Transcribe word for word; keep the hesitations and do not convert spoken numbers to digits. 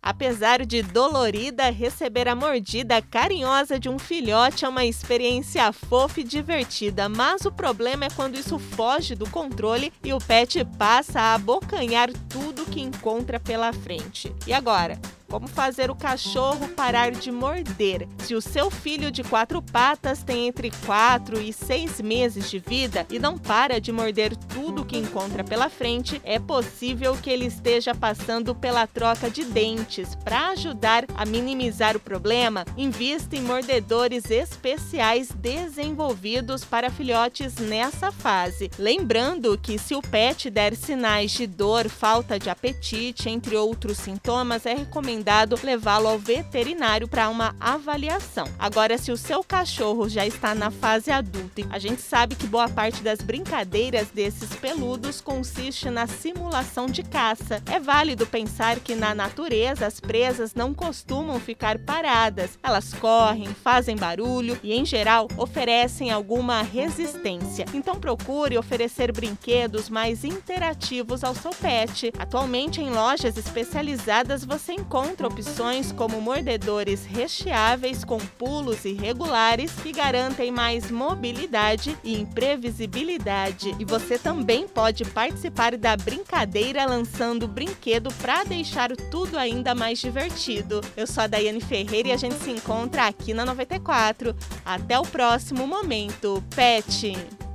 Apesar de dolorida, receber a mordida carinhosa de um filhote é uma experiência fofa e divertida, mas o problema é quando isso foge do controle e o pet passa a abocanhar tudo que encontra pela frente. E agora? Como fazer o cachorro parar de morder? Se o seu filho de quatro patas tem entre quatro e seis meses de vida e não para de morder tudo que encontra pela frente, é possível que ele esteja passando pela troca de dentes. Para ajudar a minimizar o problema, invista em mordedores especiais desenvolvidos para filhotes nessa fase. Lembrando que se o pet der sinais de dor, falta de apetite, entre outros sintomas, é recomendado levá-lo ao veterinário para uma avaliação. Agora, se o seu cachorro já está na fase adulta, a gente sabe que boa parte das brincadeiras desses peludos consiste na simulação de caça. É válido pensar que na natureza as presas não costumam ficar paradas. Elas correm, fazem barulho e, em geral, oferecem alguma resistência. Então procure oferecer brinquedos mais interativos ao seu pet. Atualmente, em lojas especializadas, você encontra Encontra opções como mordedores recheáveis com pulos irregulares que garantem mais mobilidade e imprevisibilidade. E você também pode participar da brincadeira lançando o brinquedo para deixar tudo ainda mais divertido. Eu sou a Daiane Ferreira e a gente se encontra aqui na noventa e quatro. Até o próximo Momento Pet!